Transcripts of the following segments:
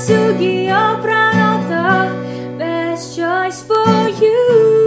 Sugio Pranoto, best choice for you.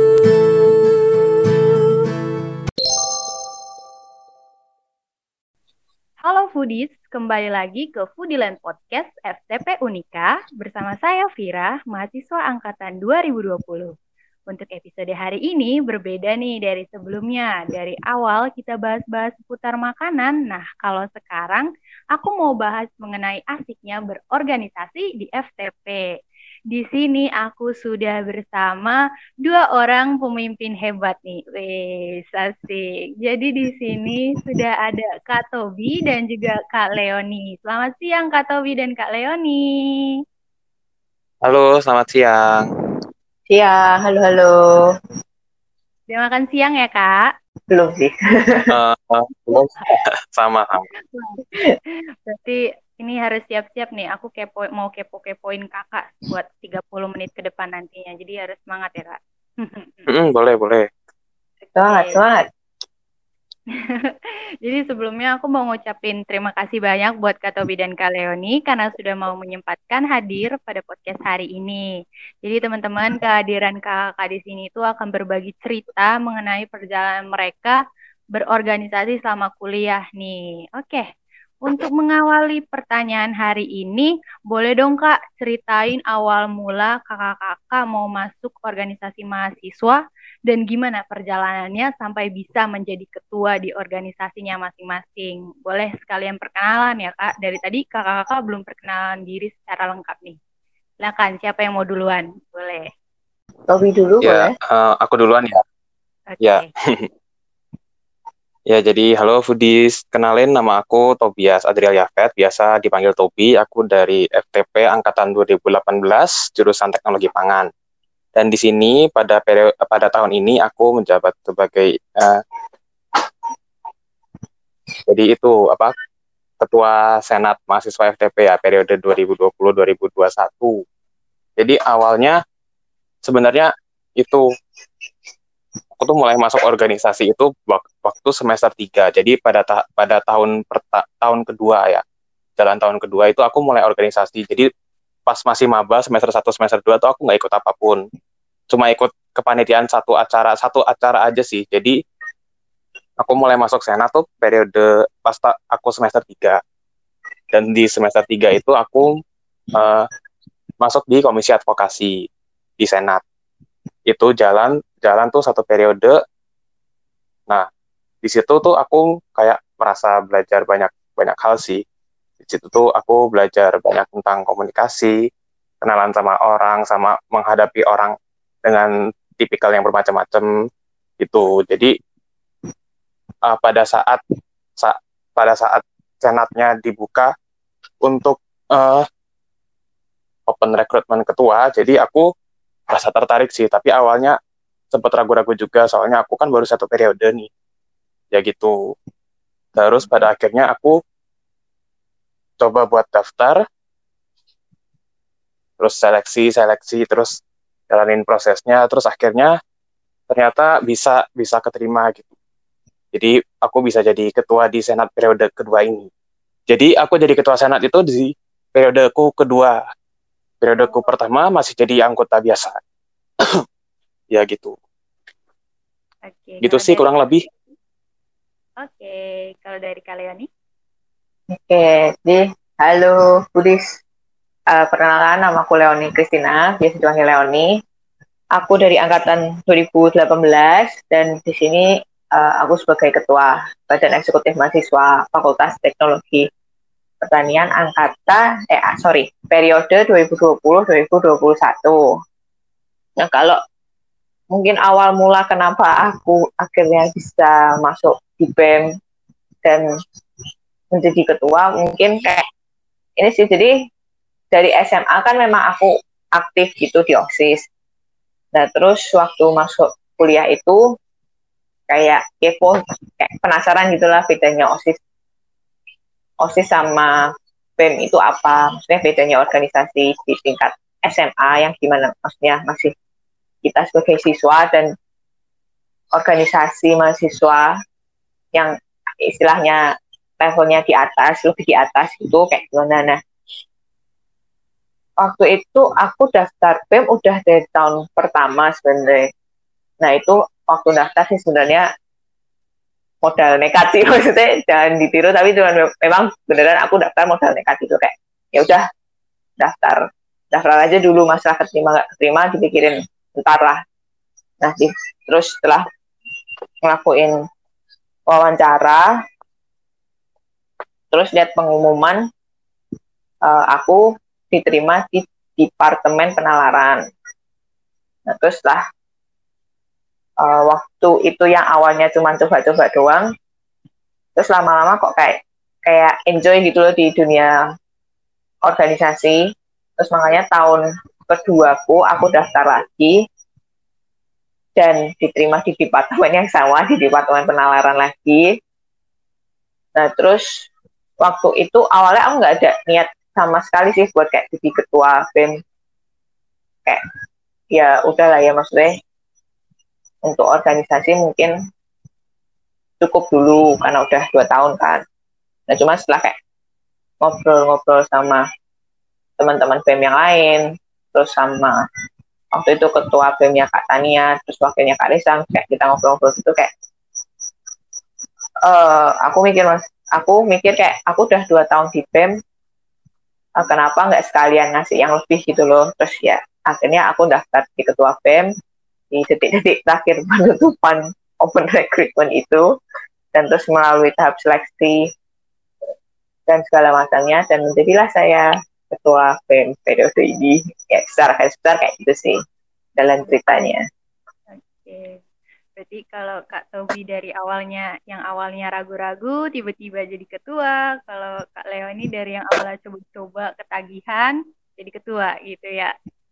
Halo Foodies, kembali lagi ke Foodieland Podcast FTP Unika bersama saya Vira, mahasiswa angkatan 2020. Untuk episode hari ini berbeda nih dari sebelumnya. Dari awal kita bahas-bahas seputar makanan. Nah, kalau sekarang aku mau bahas mengenai asiknya berorganisasi di FTP. Di sini aku sudah bersama dua orang pemimpin hebat nih. Wih, asik. Jadi di sini sudah ada Kak Tobi dan juga Kak Leoni. Selamat siang Kak Tobi dan Kak Leoni. Halo, selamat siang. Iya, halo. Udah makan siang ya Kak? Belum sih. Belum. Sama. Berarti ini harus siap-siap nih. Aku mau kepo-kepoin Kakak buat 30 menit ke depan nantinya. Jadi harus semangat ya Kak. Boleh. Semangat. Jadi sebelumnya aku mau ngucapin terima kasih banyak buat Kak Tobi dan Kak Leoni karena sudah mau menyempatkan hadir pada podcast hari ini. Jadi teman-teman, kehadiran kakak di sini itu akan berbagi cerita mengenai perjalanan mereka berorganisasi selama kuliah nih. Oke, untuk mengawali pertanyaan hari ini, boleh dong Kak ceritain awal mula kakak-kakak mau masuk organisasi mahasiswa dan gimana perjalanannya sampai bisa menjadi ketua di organisasinya masing-masing. Boleh sekalian perkenalan ya Kak. Dari tadi kakak-kakak belum perkenalan diri secara lengkap nih. Silakan, siapa yang mau duluan? Boleh. Tobi dulu boleh? Aku duluan ya. Oke. Ya. Ya, jadi halo Foodies. Kenalin, nama aku Tobias Adriel Yafet, biasa dipanggil Tobi. Aku dari FTP angkatan 2018, jurusan Teknologi Pangan. Dan di sini pada tahun ini aku menjabat sebagai Ketua Senat Mahasiswa FTP ya, periode 2020-2021. Jadi awalnya sebenarnya itu aku tuh mulai masuk organisasi itu waktu semester 3. Jadi pada tahun kedua ya. Jalan tahun kedua itu aku mulai organisasi. Jadi pas masih maba semester 1 semester 2 tuh aku nggak ikut apapun. Cuma ikut kepanitiaan satu acara aja sih. Jadi aku mulai masuk Senat tuh periode pas aku semester 3. Dan di semester 3 itu aku masuk di komisi advokasi di Senat. Itu jalan tuh satu periode. Nah, di situ tuh aku kayak merasa belajar banyak hal sih. Di situ tuh aku belajar banyak tentang komunikasi, kenalan sama orang, sama menghadapi orang dengan tipikal yang bermacam-macam gitu. Jadi pada saat senatnya dibuka untuk open recruitment ketua, jadi aku rasa tertarik sih. Tapi awalnya sempat ragu-ragu juga, soalnya aku kan baru satu periode nih. Ya gitu. Terus pada akhirnya aku coba buat daftar, terus seleksi, terus jalanin prosesnya, terus akhirnya ternyata bisa keterima gitu. Jadi aku bisa jadi ketua di Senat periode kedua ini. Jadi aku jadi ketua Senat itu di periodeku kedua. Periodeku pertama masih jadi anggota biasa. Ya gitu. Oke. Gitu sih kurang lebih. Oke, kalau dari Kak Leoni? Oke, jadi halo Budis. Perkenalkan, nama aku Leoni Christina, biasa dipanggil Leoni. Aku dari angkatan 2018 dan di sini aku sebagai ketua Badan Eksekutif Mahasiswa Fakultas Teknologi Pertanian periode 2020-2021. Nah, kalau mungkin awal mula kenapa aku akhirnya bisa masuk di BEM dan menjadi ketua, mungkin kayak ini sih. Jadi dari SMA kan memang aku aktif gitu di OSIS. Nah, terus waktu masuk kuliah itu kayak kepo, kayak penasaran gitulah bedanya OSIS sama BEM itu apa, maksudnya bedanya organisasi di tingkat SMA yang gimana, maksudnya masih kita sebagai siswa dan organisasi mahasiswa yang istilahnya levelnya lebih di atas itu kayak gimana. Nah, waktu itu aku daftar BEM udah dari tahun pertama sebenarnya. Nah itu waktu daftar sih sebenarnya modal nekat sih, maksudnya jangan ditiru, tapi cuma memang beneran aku daftar modal nekat itu kayak ya udah daftar aja dulu, masalah keterima nggak keterima dipikirin ntar lah. Nah terus setelah ngelakuin wawancara, terus lihat pengumuman, aku diterima di Departemen Penalaran. Nah, terus lah waktu itu yang awalnya cuma coba-coba doang, terus lama-lama kok kayak enjoy gitu loh di dunia organisasi. Terus makanya tahun keduaku aku daftar lagi dan diterima di departemen yang sama, di Departemen Penalaran lagi. Nah terus waktu itu awalnya aku nggak ada niat sama sekali sih buat kayak jadi ketua BEM, kayak ya udahlah ya, maksudnya untuk organisasi mungkin cukup dulu karena udah 2 tahun kan. Nah cuma setelah kayak ngobrol-ngobrol sama teman-teman BEM yang lain, terus sama waktu itu ketua BEM-nya Kak Tania, terus wakilnya Kak Risang, kayak kita ngobrol-ngobrol gitu kayak aku mikir kayak aku udah 2 tahun di BEM, kenapa nggak sekalian ngasih yang lebih gitu loh. Terus ya akhirnya aku daftar di ketua BEM di detik-detik terakhir penutupan open recruitment itu, dan terus melalui tahap seleksi dan segala macamnya, dan menjadilah saya ketua BEM periode ini. Ya secara garis besar kayak gitu sih dalam ceritanya. Oke. Berarti kalau Kak Tobi dari awalnya ragu-ragu tiba-tiba jadi ketua, kalau Kak Leoni dari yang awalnya coba-coba ketagihan jadi ketua gitu ya.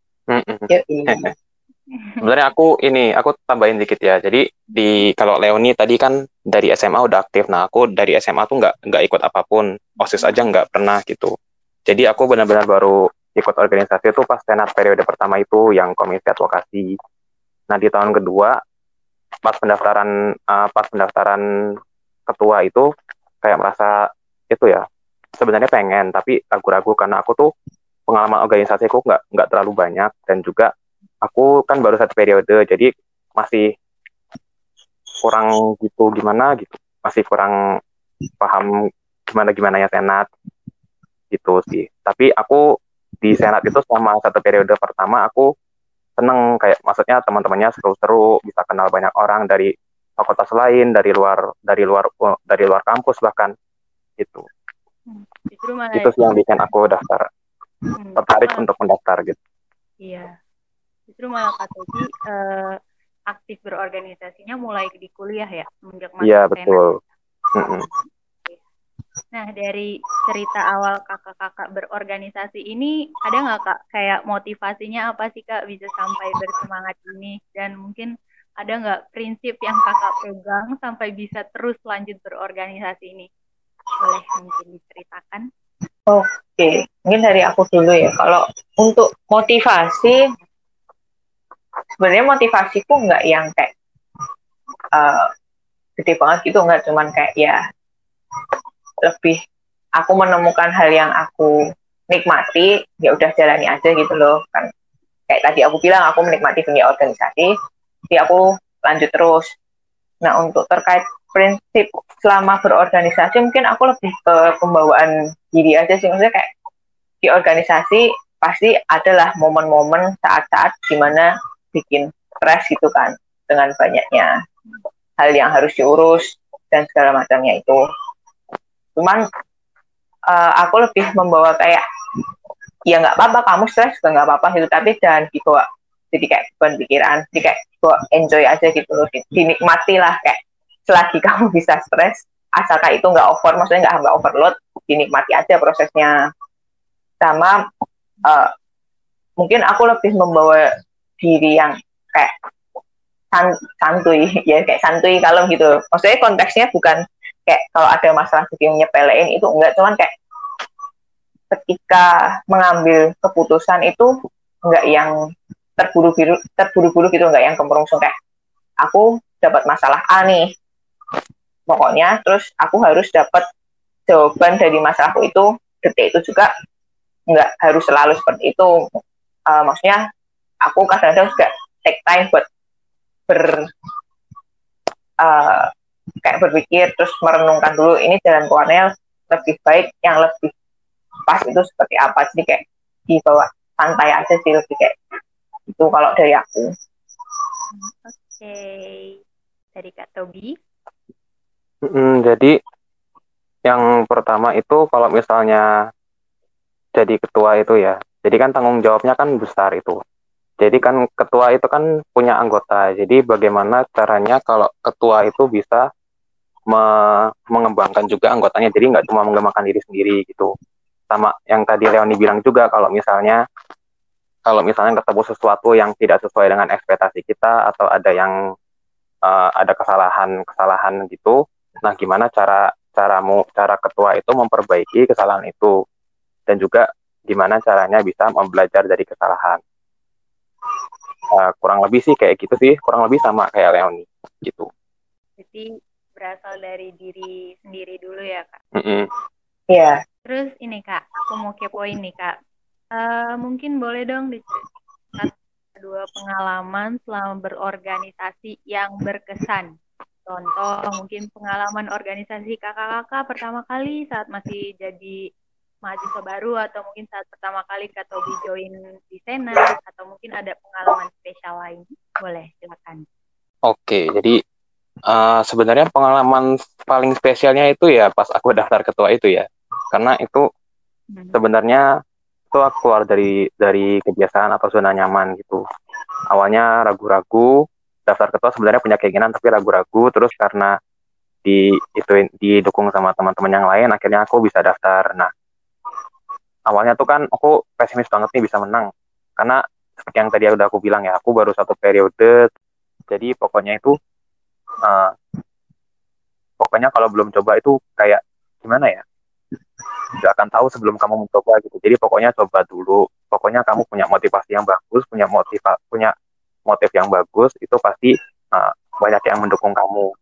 Sebenarnya aku tambahin dikit ya. Jadi kalau Leoni tadi kan dari SMA udah aktif. Nah, aku dari SMA tuh nggak ikut apapun, OSIS aja nggak pernah gitu. Jadi aku benar-benar baru ikut organisasi itu pas senat periode pertama itu yang komisi advokasi. Nah, di tahun kedua pas pendaftaran ketua itu kayak merasa itu ya, sebenarnya pengen tapi ragu-ragu karena aku tuh pengalaman organisasiku nggak terlalu banyak, dan juga aku kan baru 1 periode, jadi masih kurang gitu gimana gitu, masih kurang paham gimana ya senat gitu sih. Tapi aku di senat itu selama 1 periode pertama aku seneng, kayak maksudnya teman-temannya seru-seru, bisa kenal banyak orang dari fakultas lain, dari luar kampus bahkan gitu. Justru malah Itu sih yang bikin aku tertarik untuk mendaftar gitu. Iya. Justru malah Kak Tobi aktif berorganisasinya mulai di kuliah ya, semenjak masuk Iya, senat. betul. Nah, dari cerita awal kakak-kakak berorganisasi ini, ada nggak Kak kayak motivasinya apa sih Kak bisa sampai bersemangat ini? Dan mungkin ada nggak prinsip yang kakak pegang sampai bisa terus lanjut berorganisasi ini? Boleh mungkin diceritakan? Oke, mungkin dari aku dulu ya. Kalau untuk motivasi, sebenarnya motivasiku nggak yang kayak gede banget gitu, nggak cuman kayak ya lebih aku menemukan hal yang aku nikmati, ya udah jalani aja gitu loh kan. Kayak tadi aku bilang aku menikmati dunia organisasi, jadi aku lanjut terus. Nah untuk terkait prinsip selama berorganisasi, mungkin aku lebih ke pembawaan diri aja sih, maksudnya kayak di organisasi pasti adalah momen-momen saat-saat dimana bikin stres gitu kan, dengan banyaknya hal yang harus diurus dan segala macamnya itu. Cuman aku lebih membawa kayak ya nggak apa-apa kamu stres juga nggak apa-apa gitu, tapi jangan dibawa jadi kayak beban pikiran, jadi kayak bawa enjoy aja gitu loh, dinikmati lah, kayak selagi kamu bisa stres asalkan itu nggak over, maksudnya nggak overload, dinikmati aja prosesnya. Sama mungkin aku lebih membawa diri yang kayak santuy ya, kayak santuy kalem gitu, maksudnya konteksnya bukan kayak kalau ada masalah jadi nyepelein, itu enggak, cuman kayak ketika mengambil keputusan itu enggak yang terburu-buru gitu, enggak yang kemerungsung kayak aku dapat masalah A nih pokoknya, terus aku harus dapat jawaban dari masalahku itu detik itu juga, nggak harus selalu seperti itu. Maksudnya aku kadang-kadang juga take time buat kayak berpikir terus merenungkan dulu ini jalan keluarnya lebih baik, yang lebih pas itu seperti apa. Jadi kayak dibawa santai aja sih, lebih kayak itu kalau dari aku. Oke. Dari Kak Tobi. Jadi yang pertama itu kalau misalnya jadi ketua itu ya, jadi kan tanggung jawabnya kan besar itu. Jadi kan ketua itu kan punya anggota. Jadi bagaimana caranya kalau ketua itu bisa mengembangkan juga anggotanya. Jadi nggak cuma mengembangkan diri sendiri gitu. Sama yang tadi Leoni bilang juga kalau misalnya ketemu sesuatu yang tidak sesuai dengan ekspektasi kita atau ada yang ada kesalahan gitu. Nah, gimana cara ketua itu memperbaiki kesalahan itu, dan juga gimana caranya bisa belajar dari kesalahan. Kurang lebih sih kayak gitu sih, kurang lebih sama kayak Leoni gitu. Jadi berasal dari diri sendiri dulu ya Kak. Iya. Terus ini Kak, aku mau kepoin nih Kak. Mungkin boleh dong diceritakan 2 pengalaman selama berorganisasi yang berkesan. Contoh mungkin pengalaman organisasi kakak-kakak pertama kali saat masih jadi mahasiswa baru, atau mungkin saat pertama kali Kak Tobi join di Senat, atau mungkin ada pengalaman spesial lain. Boleh, silakan. Oke, jadi sebenarnya pengalaman paling spesialnya itu ya pas aku daftar ketua itu ya. Karena itu sebenarnya itu aku keluar dari kebiasaan atau zona nyaman gitu. Awalnya ragu-ragu, daftar ketua sebenarnya punya keinginan tapi ragu-ragu, terus karena didukung sama teman-teman yang lain, akhirnya aku bisa daftar. Nah, awalnya tuh kan aku pesimis banget nih bisa menang. Karena seperti yang tadi udah aku bilang ya, aku baru 1 periode. Jadi pokoknya kalau belum coba itu kayak gimana ya? Nggak akan tahu sebelum kamu mencoba gitu. Jadi pokoknya coba dulu. Pokoknya kamu punya motivasi yang bagus, punya motif yang bagus, itu pasti banyak yang mendukung kamu.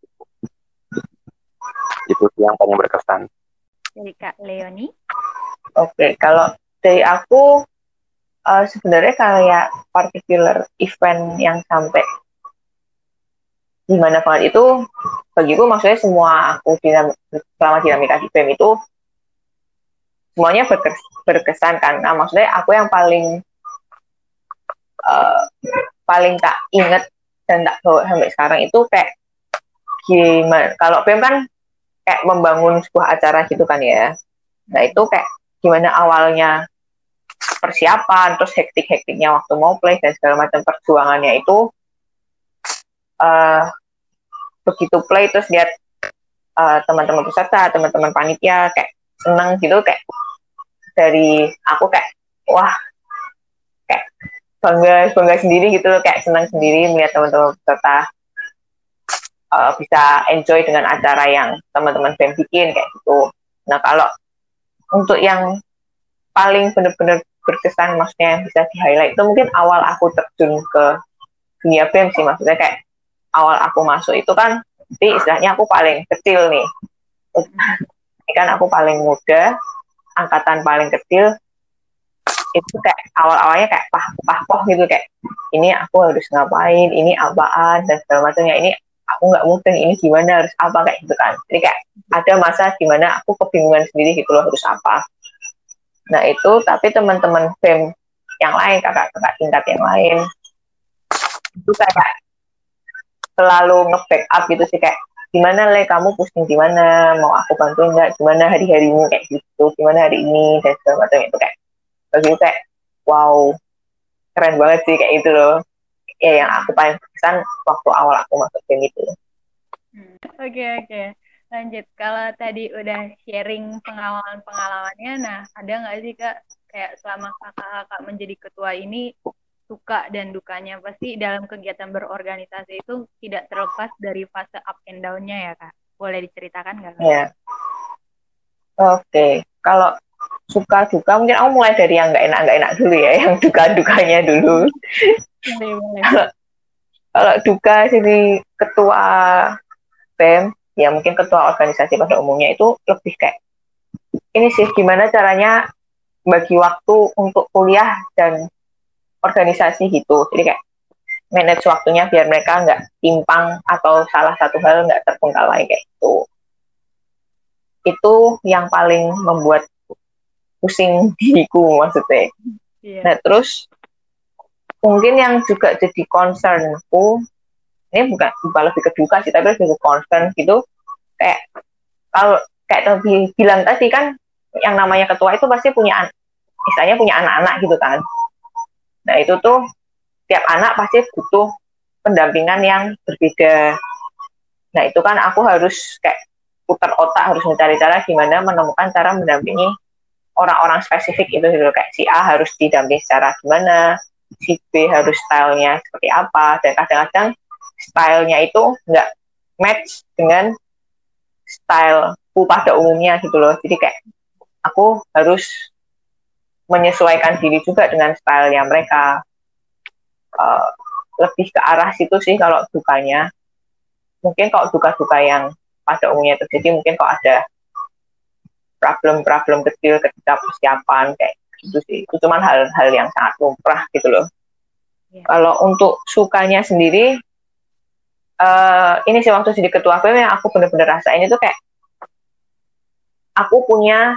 Itu sih yang paling berkesan. Dari Kak Leoni. Oke, kalau dari aku sebenarnya kayak particular event yang sampai gimana banget itu bagiku, maksudnya semua aku selama dinamika di BEM itu semuanya berkesan kan. Nah, maksudnya aku yang paling tak inget dan tak bawa sampai sekarang itu kayak gimana, kalau BEM kan kayak membangun sebuah acara gitu kan ya. Nah itu kayak gimana awalnya persiapan, terus hektik-hektiknya waktu mau play dan segala macam perjuangannya itu, begitu play terus lihat teman-teman peserta, teman-teman panitia kayak seneng gitu, kayak dari aku kayak wah, kayak bangga sendiri gitu loh, kayak senang sendiri melihat teman-teman peserta bisa enjoy dengan acara yang teman-teman BEM bikin kayak gitu. Nah kalau untuk yang paling benar-benar berkesan, maksudnya bisa di-highlight itu mungkin awal aku terjun ke dunia BEM sih. Maksudnya kayak awal aku masuk itu kan, jadi istilahnya aku paling kecil nih. Ini kan aku paling muda, angkatan paling kecil. Itu kayak awal-awalnya kayak pah-pah gitu, kayak ini aku harus ngapain, ini apaan, dan segala macamnya. Ini aku nggak mungkin, ini gimana, harus apa, kayak gitu kan. Jadi kayak ada masa gimana aku kebingungan sendiri gitu loh, harus apa. Nah itu, tapi teman-teman BEM yang lain, kakak-kakak tingkat yang lain, itu kayak selalu nge-backup gitu sih, kayak gimana Le, kamu pusing gimana, mau aku bantuin nggak, gimana hari-harimu kayak gitu, gimana hari ini, dan segala macam. Itu kayak bagi kayak wow, keren banget sih kayak gitu loh. Ya yang aku paling berkesan waktu awal aku masuk BEM itu. Oke. Lanjut, kalau tadi udah sharing pengalaman-pengalamannya, nah ada nggak sih Kak, kayak selama kakak menjadi ketua ini, suka dan dukanya pasti dalam kegiatan berorganisasi itu tidak terlepas dari fase up and down-nya ya Kak? Boleh diceritakan nggak Kak? Ya. Oke, kalau suka duka mungkin aku mulai dari yang nggak enak dulu ya, yang duka-dukanya dulu. Boleh. Kalau duka jadi ketua BEM, ya mungkin ketua organisasi pada umumnya itu lebih kayak ini sih, gimana caranya bagi waktu untuk kuliah dan organisasi gitu. Jadi kayak manage waktunya biar mereka nggak timpang atau salah satu hal nggak terbengkalai kayak gitu. Itu yang paling membuat pusing diriku maksudnya. Iya. Nah terus mungkin yang juga jadi concernku, ini bukan lebih ke duka sih, tapi lebih ke concern gitu, kayak kalau kayak tadi bilang tadi kan, yang namanya ketua itu pasti punya misalnya punya anak-anak gitu kan. Nah itu tuh tiap anak pasti butuh pendampingan yang berbeda. Nah itu kan aku harus kayak putar otak, harus mencari cara gimana menemukan cara mendampingi orang-orang spesifik itu gitu. Kayak si A harus didampingi secara gimana, si B harus stylenya seperti apa, dan kadang-kadang stylenya itu nggak match dengan styleku pada umumnya gitu loh. Jadi kayak aku harus menyesuaikan diri juga dengan stylenya mereka. Lebih ke arah situ sih kalau dukanya. Mungkin kalau duka-duka yang pada umumnya terjadi, mungkin kalau ada problem-problem kecil ketika persiapan kayak gitu sih. Itu cuma hal-hal yang sangat lumrah gitu loh. Ya. Kalau untuk sukanya sendiri, ini sih waktu jadi ketua BEM yang aku bener-bener rasain itu kayak aku punya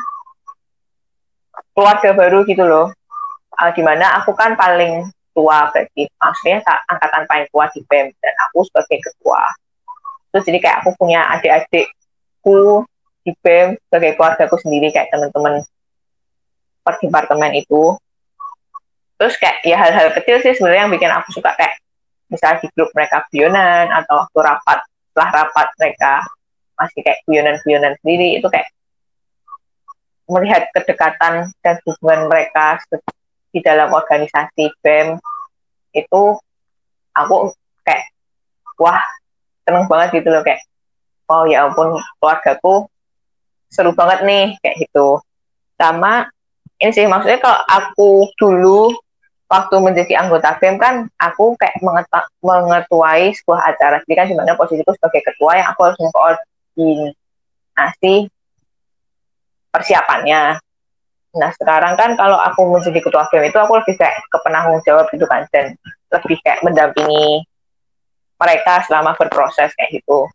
keluarga baru gitu loh. Dimana aku kan paling tua berarti, maksudnya angkatan paling tua di BEM, dan aku sebagai ketua. Terus jadi kayak aku punya adik-adikku di BEM sebagai keluargaku sendiri, kayak teman-teman per departemen itu. Terus kayak ya hal-hal kecil sih sebenarnya yang bikin aku suka, kayak misalnya di grup mereka guyonan, atau waktu rapat, setelah rapat mereka masih kayak guyonan-guyonan sendiri, itu kayak melihat kedekatan dan hubungan mereka di dalam organisasi BEM itu aku kayak wah seneng banget gitu loh, kayak oh ya ampun keluargaku seru banget nih kayak gitu. Sama ini sih maksudnya kalau aku dulu waktu menjadi anggota BEM kan aku kayak mengetuai sebuah acara, jadi kan dimana posisiku sebagai ketua yang aku harus mengkoordinasi persiapannya. Nah sekarang kan kalau aku menjadi ketua BEM itu aku lebih kayak ke penanggung jawab gitu kan, dan lebih kayak mendampingi mereka selama berproses kayak gitu.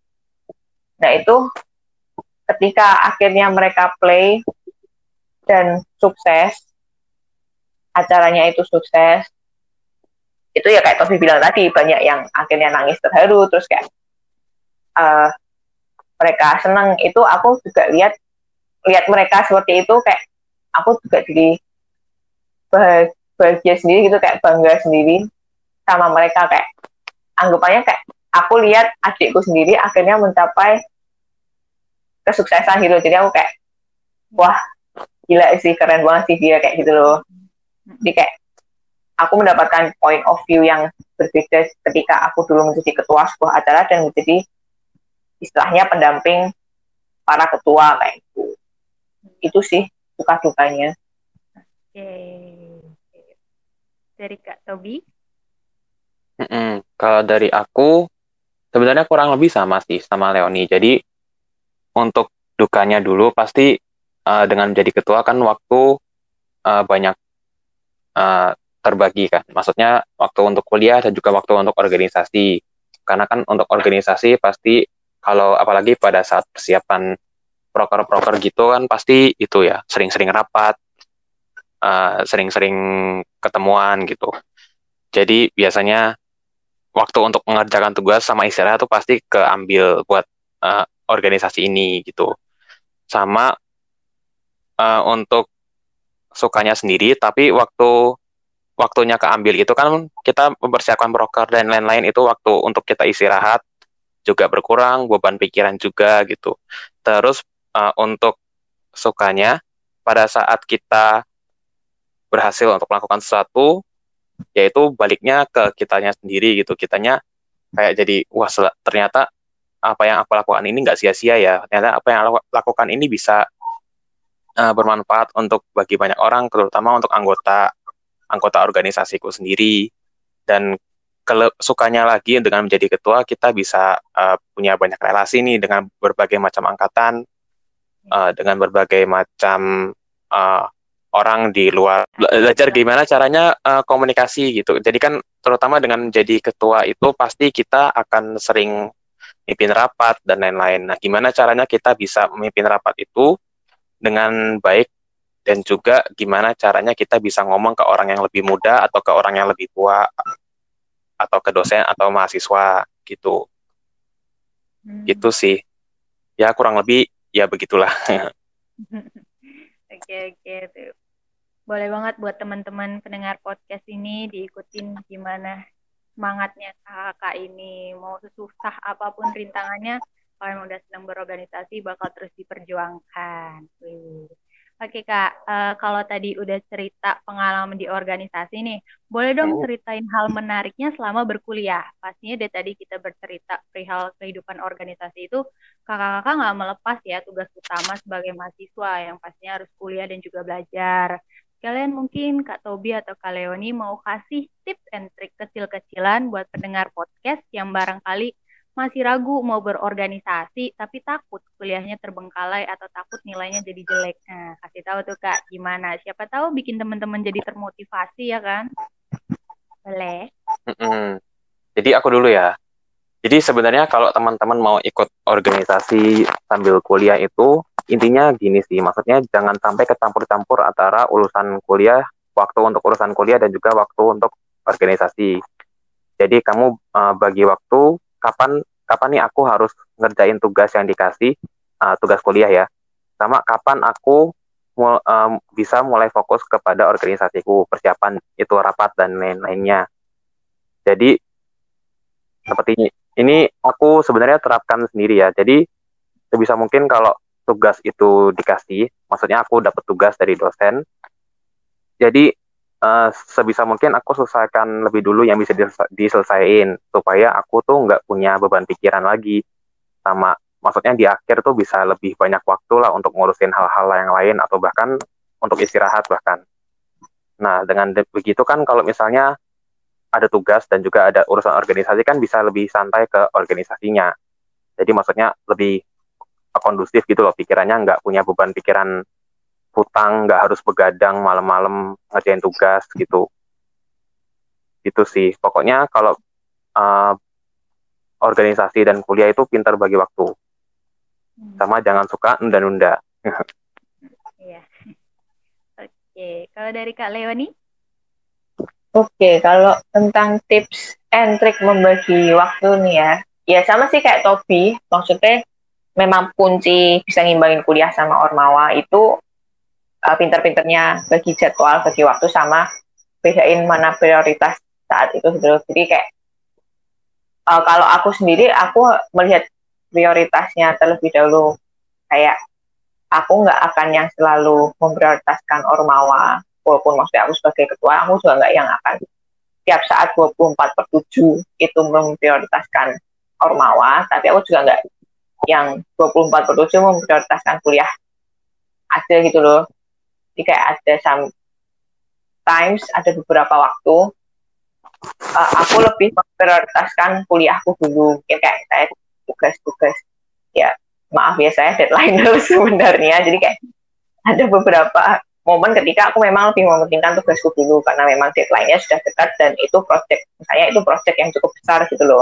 Nah itu ketika akhirnya mereka play dan sukses, acaranya itu sukses, itu ya kayak Tobi bilang tadi, banyak yang akhirnya nangis terharu, terus kayak mereka senang. Itu aku juga lihat mereka seperti itu, kayak aku juga jadi bahagia sendiri gitu, kayak bangga sendiri sama mereka, kayak anggapannya kayak aku lihat adikku sendiri akhirnya mencapai kesuksesan gitu. Jadi aku kayak wah gila sih, keren banget sih dia kayak gitu loh. Jadi kayak aku mendapatkan point of view yang berbeda ketika aku dulu menjadi ketua sebuah acara dan menjadi istilahnya pendamping para ketua kayak gitu. Itu sih suka-dukanya. Oke. Dari Kak Tobi? Kalau dari aku sebenarnya kurang lebih sama sih sama Leoni. Jadi untuk dukanya dulu pasti dengan menjadi ketua kan waktu banyak terbagi kan. Maksudnya waktu untuk kuliah dan juga waktu untuk organisasi. Karena kan untuk organisasi pasti kalau apalagi pada saat persiapan proker-proker gitu kan pasti itu ya sering-sering rapat, sering-sering ketemuan gitu. Jadi biasanya waktu untuk mengerjakan tugas sama istirahat tuh pasti keambil buat organisasi ini gitu. Sama untuk sukanya sendiri, tapi waktunya keambil itu kan kita mempersiapkan broker dan lain-lain, itu waktu untuk kita istirahat juga berkurang, beban pikiran juga gitu. Terus untuk sukanya pada saat kita berhasil untuk melakukan sesuatu, yaitu baliknya ke kitanya sendiri gitu. Kitanya kayak jadi wah ternyata apa yang aku lakukan ini nggak sia-sia ya. Ternyata apa yang aku lakukan ini bisa bermanfaat untuk bagi banyak orang, terutama untuk anggota organisasiku sendiri. Dan sukanya lagi dengan menjadi ketua, kita bisa punya banyak relasi nih dengan berbagai macam angkatan, dengan berbagai macam orang di luar, belajar gimana caranya komunikasi gitu. Jadi kan terutama dengan jadi ketua itu pasti kita akan sering mimpin rapat dan lain-lain. Nah, gimana caranya kita bisa memimpin rapat itu dengan baik, dan juga gimana caranya kita bisa ngomong ke orang yang lebih muda atau ke orang yang lebih tua atau ke dosen atau mahasiswa gitu. Gitu sih. Ya kurang lebih ya begitulah. Oke, tuh. Boleh banget buat teman-teman pendengar podcast ini diikutin gimana semangatnya kakak ini. Mau sesusah apapun rintangannya, kalau emang udah senang berorganisasi bakal terus diperjuangkan. Oke Kak, kalau tadi udah cerita pengalaman di organisasi nih, boleh dong ceritain hal menariknya selama berkuliah. Pastinya dari tadi kita bercerita perihal kehidupan organisasi itu, kakak-kakak nggak melepas ya tugas utama sebagai mahasiswa yang pastinya harus kuliah dan juga belajar. Kalian mungkin Kak Tobi atau Kak Leoni mau kasih tips and trik kecil-kecilan buat pendengar podcast yang barangkali masih ragu mau berorganisasi tapi takut kuliahnya terbengkalai atau takut nilainya jadi jelek. Nah, kasih tahu tuh Kak gimana. Siapa tahu bikin teman-teman jadi termotivasi ya kan? Boleh. Jadi aku dulu ya. Jadi sebenarnya kalau teman-teman mau ikut organisasi sambil kuliah itu intinya gini sih, maksudnya jangan sampai kecampur-campur antara urusan kuliah, waktu untuk urusan kuliah dan juga waktu untuk organisasi. Jadi kamu bagi waktu kapan nih aku harus ngerjain tugas yang dikasih, tugas kuliah ya, sama kapan aku bisa mulai fokus kepada organisasiku, persiapan itu rapat dan lain-lainnya. Jadi seperti ini aku sebenarnya terapkan sendiri ya. Jadi sebisa mungkin kalau tugas itu dikasih, maksudnya aku dapat tugas dari dosen, jadi sebisa mungkin aku selesaikan lebih dulu yang bisa diselesaikan supaya aku tuh nggak punya beban pikiran lagi, sama maksudnya di akhir tuh bisa lebih banyak waktu lah untuk ngurusin hal-hal yang lain atau bahkan untuk istirahat bahkan. Nah dengan begitu kan kalau misalnya ada tugas dan juga ada urusan organisasi kan bisa lebih santai ke organisasinya. Jadi maksudnya lebih kondusif gitu loh pikirannya, nggak punya beban pikiran hutang, nggak harus begadang malam-malam ngerjain tugas gitu. Gitu sih. Pokoknya kalau organisasi dan kuliah itu pintar bagi waktu. Sama jangan suka nunda-nunda. Iya. Oke, kalau dari Kak Leoni? Oke, kalau tentang tips and trik membagi waktu nih ya sama sih kayak Tobi, maksudnya memang kunci bisa ngimbangin kuliah sama ormawa itu pinter-pinternya bagi jadwal, bagi waktu, sama bedain mana prioritas saat itu gitu. Jadi kayak kalau aku sendiri, aku melihat prioritasnya terlebih dahulu. Kayak aku nggak akan yang selalu memprioritaskan ormawa, walaupun maksudnya aku sebagai ketua, aku juga nggak yang akan tiap saat 24/7 itu memprioritaskan ormawa, tapi aku juga nggak yang 24/7 memprioritaskan kuliah aja gitu loh. Jadi kayak ada sometimes, ada beberapa waktu aku lebih memprioritaskan kuliahku dulu, ya kayak saya tugas-tugas, ya maaf ya saya deadline dulu sebenarnya, jadi kayak ada beberapa momen ketika aku memang lebih mementingkan tugasku dulu karena memang deadline-nya sudah dekat dan itu project, misalnya itu project yang cukup besar gitu loh.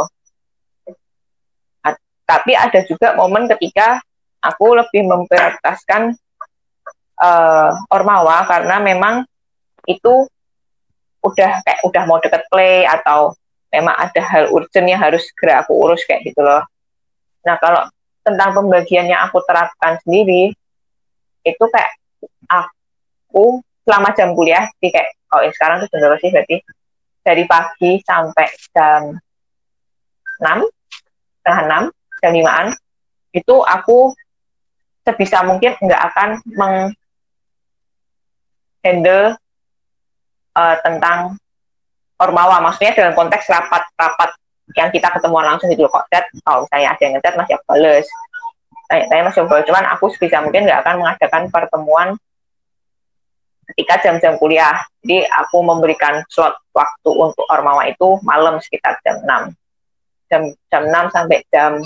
Tapi ada juga momen ketika aku lebih memprioritaskan ormawa karena memang itu udah mau deket play atau memang ada hal urgent yang harus segera aku urus kayak gitu loh. Nah kalau tentang pembagian yang aku terapkan sendiri itu kayak aku selama jam kuliah, jadi kayak kalau sekarang tuh bener sih berarti dari pagi sampai jam 6, setengah 6, jam 5-an itu aku sebisa mungkin nggak akan menghandle tentang ormawa, maksudnya dalam konteks rapat-rapat yang kita ketemuan langsung gitu loh. Kok chat, kalau misalnya ada yang ngechat masih aku bales, tanya masih aku bales, cuman aku sebisa mungkin nggak akan mengadakan pertemuan ketika jam-jam kuliah. Jadi aku memberikan slot waktu untuk ormawa itu malam sekitar jam 6 sampai jam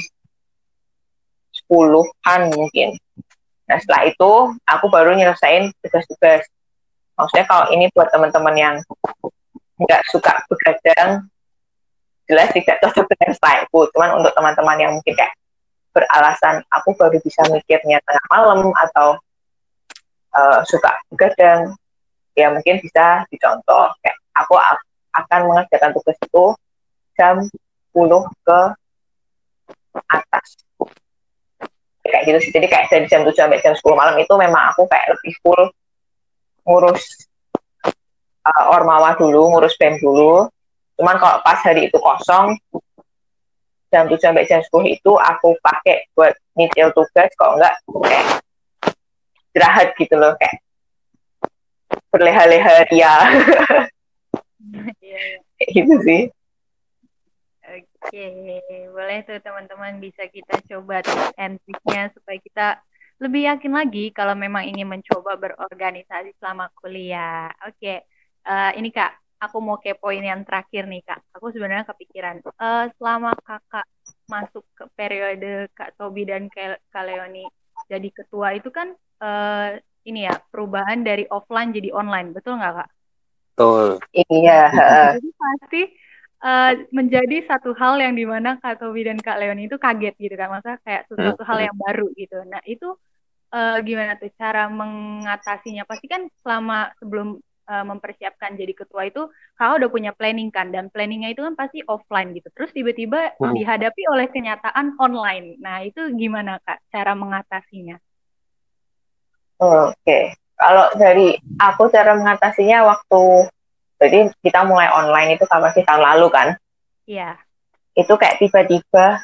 10-an mungkin. Nah setelah itu aku baru nyelesain tugas-tugas. Maksudnya kalau ini buat teman-teman yang nggak suka begadang, jelas tidak cocok dengan styleku. Cuman untuk teman-teman yang mungkin kayak beralasan aku baru bisa mikirnya tengah malam atau suka begadang, ya mungkin bisa dicontoh kayak aku akan mengerjakan tugas itu jam 10 ke atas kayak gitu sih. Jadi kayak dari jam 7 sampai jam 10 malam itu memang aku kayak lebih full ngurus ormawa dulu, ngurus BEM dulu. Cuman kalau pas hari itu kosong, jam 7 sampai jam 10 itu aku pakai buat nyicil tugas, kalau enggak kayak istirahat gitu loh, kayak berleha-leha ya. Kayak gitu sih. Oke, boleh tuh teman-teman bisa kita coba tips and triknya supaya kita lebih yakin lagi kalau memang ingin mencoba berorganisasi selama kuliah. Oke, ini Kak, aku mau kepoin yang terakhir nih Kak. Aku sebenarnya kepikiran, selama Kakak masuk ke periode Kak Tobi dan Kak Leoni jadi ketua itu kan ini ya perubahan dari offline jadi online, betul nggak Kak? Betul. Iya. Jadi pasti menjadi satu hal yang dimana Kak Tobi dan Kak Leoni itu kaget gitu kan, maksudnya kayak sesuatu hal yang baru gitu. Nah itu gimana tuh cara mengatasinya? Pasti kan sebelum mempersiapkan jadi ketua itu Kakak udah punya planning kan, dan planningnya itu kan pasti offline gitu. Terus tiba-tiba dihadapi oleh kenyataan online. Nah itu gimana Kak cara mengatasinya? Oke. Kalau dari aku cara mengatasinya jadi kita mulai online itu kan pasti tahun lalu kan. Iya. Itu kayak tiba-tiba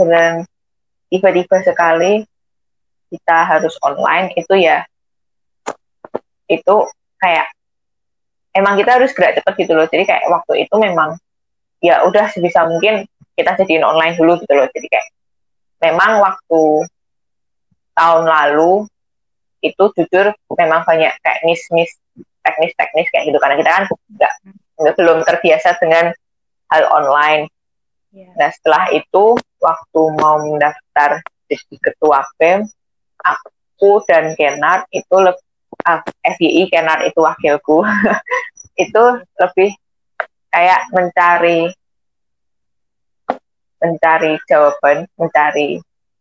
sekali kita harus online itu ya. Itu kayak emang kita harus gerak cepat gitu loh. Jadi kayak waktu itu memang ya udah sebisa mungkin kita jadiin online dulu gitu loh. Jadi kayak memang waktu tahun lalu itu jujur memang banyak kayak miss teknis kayak gitu, karena kita kan belum terbiasa dengan hal online. Nah setelah itu waktu mau mendaftar jadi ketua BEM, aku dan Kenar itu FYI Kenar itu wakilku itu lebih kayak mencari jawaban, mencari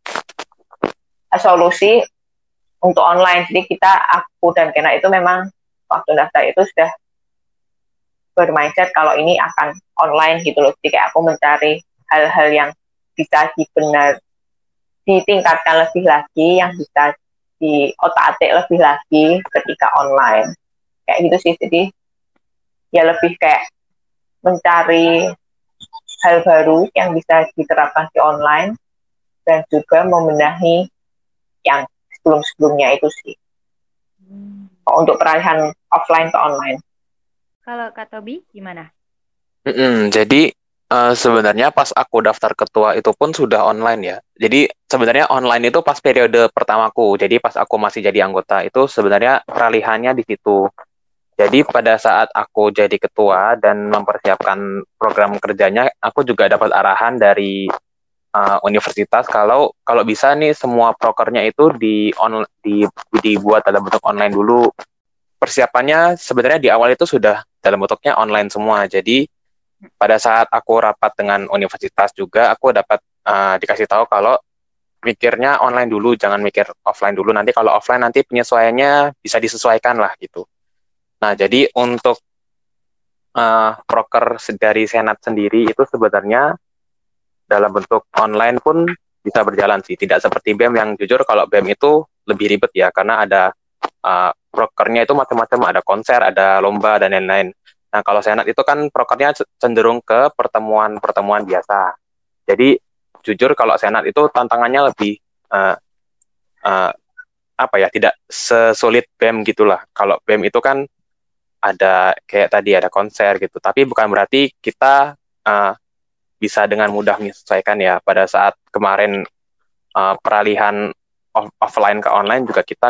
solusi untuk online. Jadi aku dan Kenar itu memang waktu daftar itu sudah bermindset kalau ini akan online gitu loh. Jadi kayak aku mencari hal-hal yang bisa ditingkatkan lebih lagi, yang bisa diotak-atik lebih lagi ketika online. Kayak gitu sih. Jadi ya lebih kayak mencari hal baru yang bisa diterapkan di online dan juga membenahi yang sebelum-sebelumnya itu sih. Untuk peralihan offline ke online. Kalau Kak Tobi gimana? Jadi sebenarnya pas aku daftar ketua itu pun sudah online ya. Jadi sebenarnya online itu pas periode pertamaku. Jadi pas aku masih jadi anggota itu sebenarnya peralihannya di situ. Jadi pada saat aku jadi ketua dan mempersiapkan program kerjanya, aku juga dapat arahan dari universitas kalau bisa nih semua prokernya itu dibuat dalam bentuk online dulu. Persiapannya sebenarnya di awal itu sudah dalam bentuknya online semua. Jadi pada saat aku rapat dengan universitas juga, aku dapat dikasih tahu kalau mikirnya online dulu, jangan mikir offline dulu. Nanti kalau offline nanti penyesuaiannya bisa disesuaikan lah gitu. Nah, jadi untuk proker dari Senat sendiri itu sebenarnya dalam bentuk online pun bisa berjalan sih. Tidak seperti BEM yang jujur kalau BEM itu lebih ribet ya, karena ada prokernya itu macam-macam, ada konser, ada lomba, dan lain-lain. Nah, kalau Senat itu kan prokernya cenderung ke pertemuan-pertemuan biasa. Jadi, jujur kalau Senat itu tantangannya lebih tidak sesulit BEM gitulah. Kalau BEM itu kan ada kayak tadi ada konser gitu, tapi bukan berarti kita bisa dengan mudah menyesuaikan ya. Pada saat kemarin peralihan offline ke online juga kita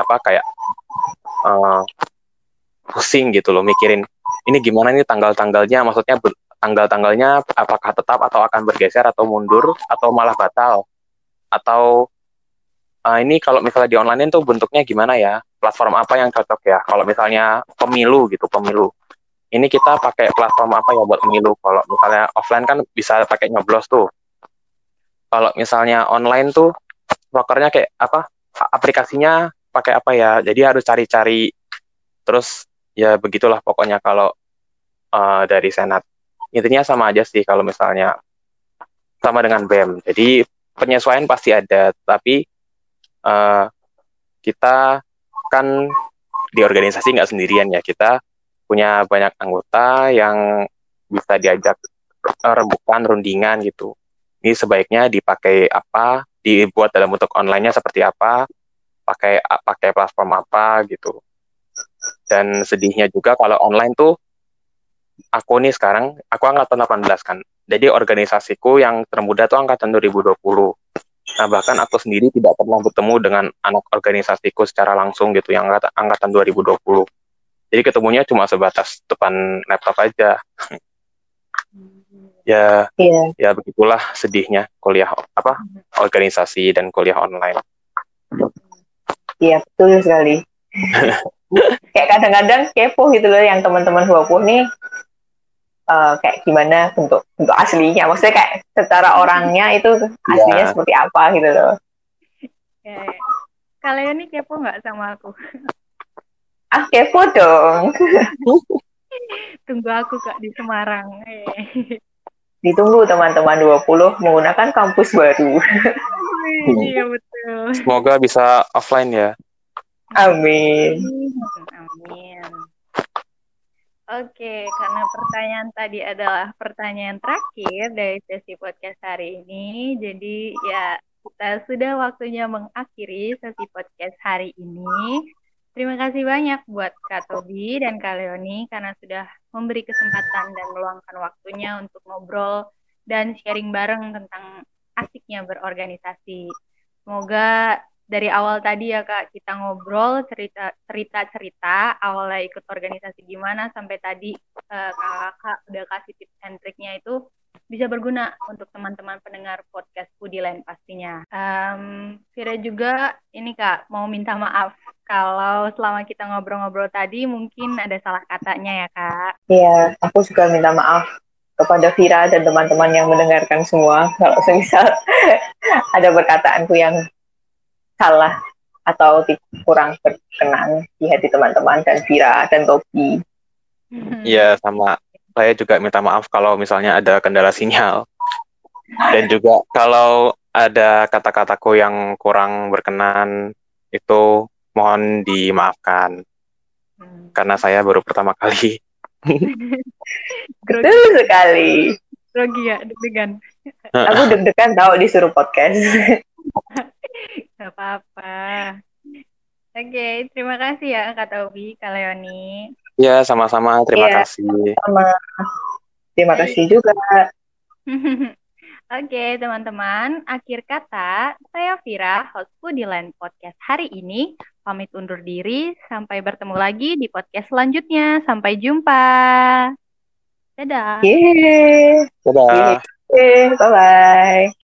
pusing gitu loh, mikirin ini gimana nih tanggal-tanggalnya, maksudnya tanggal-tanggalnya apakah tetap atau akan bergeser atau mundur atau malah batal, atau ini kalau misalnya di online tuh bentuknya gimana ya? Platform apa yang cocok ya? Kalau misalnya pemilu gitu, pemilu. Ini kita pakai platform apa ya buat pemilu? Kalau misalnya offline kan bisa pakai nyoblos tuh. Kalau misalnya online tuh prokernya kayak apa? Aplikasinya pakai apa ya? Jadi harus cari-cari. Terus ya begitulah pokoknya kalau dari Senat. Intinya sama aja sih kalau misalnya sama dengan BEM. Jadi penyesuaian pasti ada, tapi eh, kita kan di organisasi nggak sendirian ya. Kita punya banyak anggota yang bisa diajak rembukan, rundingan gitu. Ini sebaiknya dipakai apa, dibuat dalam bentuk online-nya seperti apa, pakai platform apa gitu. Dan sedihnya juga kalau online tuh aku nih sekarang, aku angkatan 18 kan. Jadi organisasiku yang termuda tuh angkatan 2020. Nah, bahkan aku sendiri tidak pernah bertemu dengan anak organisasiku secara langsung gitu, yang angkatan 2020. Jadi ketemunya cuma sebatas depan laptop aja. Ya, Iya, ya begitulah sedihnya kuliah apa organisasi dan kuliah online. iya betul sekali. Kayak kadang-kadang kepo gitu loh yang teman-teman 20 nih kayak gimana bentuk aslinya. Maksudnya kayak secara orangnya itu aslinya Ya, seperti apa gitu loh. Kayak, kalian nih kepo nggak sama aku? Ah, kepo dong. Tunggu aku Kak di Semarang. Ditunggu teman-teman 20 menggunakan kampus baru. Iya betul. semoga bisa offline ya. Amin. Amin. Oke, karena pertanyaan tadi adalah pertanyaan terakhir dari sesi podcast hari ini, jadi ya kita sudah waktunya mengakhiri sesi podcast hari ini. Terima kasih banyak buat Kak Tobi dan Kak Leoni karena sudah memberi kesempatan dan meluangkan waktunya untuk ngobrol dan sharing bareng tentang asiknya berorganisasi. Semoga dari awal tadi ya Kak, kita ngobrol cerita awalnya ikut organisasi gimana sampai tadi Kakak udah kasih tips and triknya itu bisa berguna untuk teman-teman pendengar podcast Pudiland pastinya. Vira juga ini Kak mau minta maaf kalau selama kita ngobrol-ngobrol tadi mungkin ada salah katanya ya Kak. Iya, aku juga minta maaf kepada Vira dan teman-teman yang mendengarkan semua kalau semisal ada perkataanku yang salah atau kurang berkenan di hati teman-teman dan Vira dan Tobi. Iya, sama saya juga minta maaf kalau misalnya ada kendala sinyal. Dan juga kalau ada kata-kataku yang kurang berkenan, itu mohon dimaafkan. Karena saya baru pertama kali. Betul sekali. Grogi ya, deg-degan. Aku deg-degan tahu disuruh podcast. Gak apa-apa. Oke, terima kasih ya Kak Tobi, Kak Leoni. Ya, sama-sama. Terima Iya. kasih. Sama. Terima kasih juga. Oke, teman-teman. Akhir kata, saya Vira, host Pudiland Podcast hari ini. Pamit undur diri. Sampai bertemu lagi di podcast selanjutnya. Sampai jumpa. Dadah. Yeay. Dadah. Yeay. Bye-bye.